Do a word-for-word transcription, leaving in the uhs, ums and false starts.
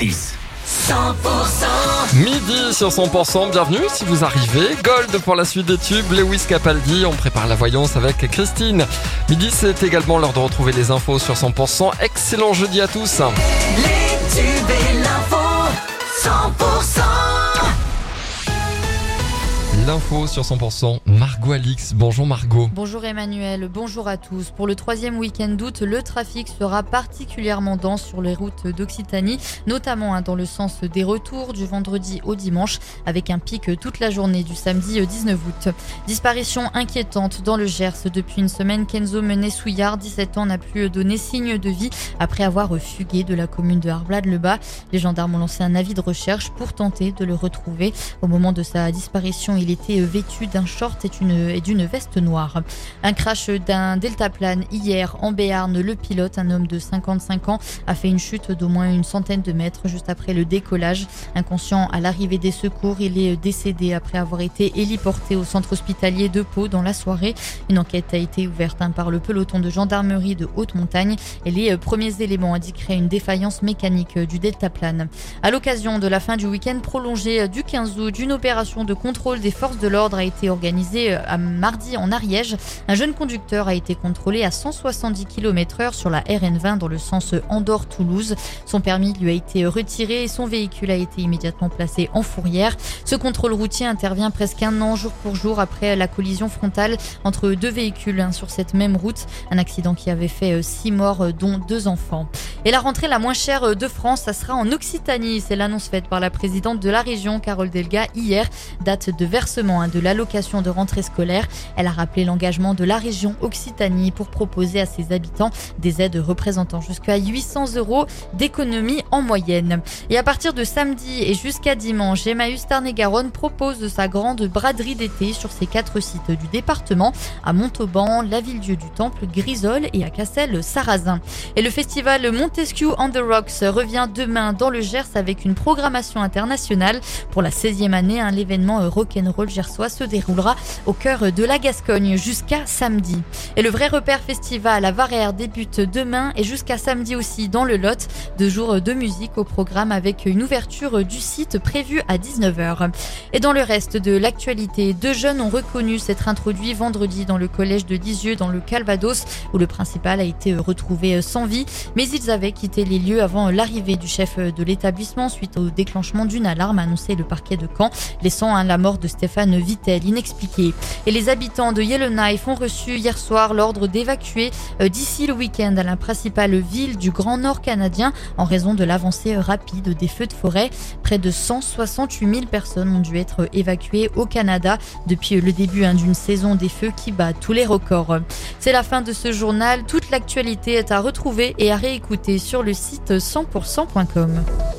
six. cent pour cent Midi sur cent pour cent, bienvenue si vous arrivez. Gold pour la suite des tubes, Lewis Capaldi, on prépare la voyance avec Christine. Midi, c'est également l'heure de retrouver les infos sur cent pour cent. Excellent jeudi à tous. Les tubes et l'info cent pour cent. L'info sur cent pour cent, Margot Alix. Bonjour Margot. Bonjour Emmanuel, bonjour à tous. Pour le troisième week-end d'août, le trafic sera particulièrement dense sur les routes d'Occitanie, notamment dans le sens des retours du vendredi au dimanche, avec un pic toute la journée du samedi dix-neuf août. Disparition inquiétante dans le Gers. Depuis une semaine, Kenzo Menet-Souillard, dix-sept ans, n'a plus donné signe de vie après avoir fugué de la commune de Arblade-le-Bas. Les gendarmes ont lancé un avis de recherche pour tenter de le retrouver. Au moment de sa disparition, il était vêtu d'un short et, une, et d'une veste noire. Un crash d'un deltaplane hier en Béarn. Le pilote, un homme de cinquante-cinq ans, a fait une chute d'au moins une centaine de mètres juste après le décollage. Inconscient à l'arrivée des secours, il est décédé après avoir été héliporté au centre hospitalier de Pau dans la soirée. Une enquête a été ouverte hein, par le peloton de gendarmerie de haute montagne et les premiers éléments indiqueraient une défaillance mécanique du deltaplane. À l'occasion de la fin du week-end prolongé du quinze août, une opération de contrôle des forces de l'ordre a été organisée à mardi en Ariège. Un jeune conducteur a été contrôlé à cent soixante-dix kilomètres heure sur la R N vingt dans le sens Andorre-Toulouse. Son permis lui a été retiré et son véhicule a été immédiatement placé en fourrière. Ce contrôle routier intervient presque un an jour pour jour après la collision frontale entre deux véhicules hein, sur cette même route. Un accident qui avait fait six morts dont deux enfants. Et la rentrée la moins chère de France, ça sera en Occitanie. C'est l'annonce faite par la présidente de la région, Carole Delga, hier. Date de versement hein, de l'allocation de rentrée scolaire. Elle a rappelé l'engagement de la région Occitanie pour proposer à ses habitants des aides représentant jusqu'à huit cents euros d'économie en moyenne. Et à partir de samedi et jusqu'à dimanche, Emmaüs Tarn-et-Garonne propose sa grande braderie d'été sur ses quatre sites du département, à Montauban, la Ville-Dieu du Temple, Grisol et à Cassel-Sarrazin. Et le festival Montesquieu on the Rocks revient demain dans le Gers avec une programmation internationale. Pour la seizième année, hein, l'événement rock'n'roll gersois se déroulera au cœur de la Gascogne jusqu'à samedi. Et le Vrai Repère Festival à Varères débute demain et jusqu'à samedi aussi dans le Lot. Deux jours de musique au programme avec une ouverture du site prévue à dix-neuf heures. Et dans le reste de l'actualité, deux jeunes ont reconnu s'être introduits vendredi dans le collège de Lisieux dans le Calvados où le principal a été retrouvé sans vie. Mais ils avaient quitté les lieux avant l'arrivée du chef de l'établissement suite au déclenchement d'une alarme annoncée le parquet de Caen, laissant hein, la mort de Stéphane Vittel inexpliquée. Et les habitants de Yellowknife ont reçu hier soir l'ordre d'évacuer euh, d'ici le week-end à la principale ville du Grand Nord canadien en raison de l'avancée rapide des feux de forêt. Près de cent soixante-huit mille personnes ont dû être évacuées au Canada depuis le début hein, d'une saison des feux qui bat tous les records. C'est la fin de ce journal. Toute l'actualité est à retrouver et à réécouter sur le site cent pour cent point com.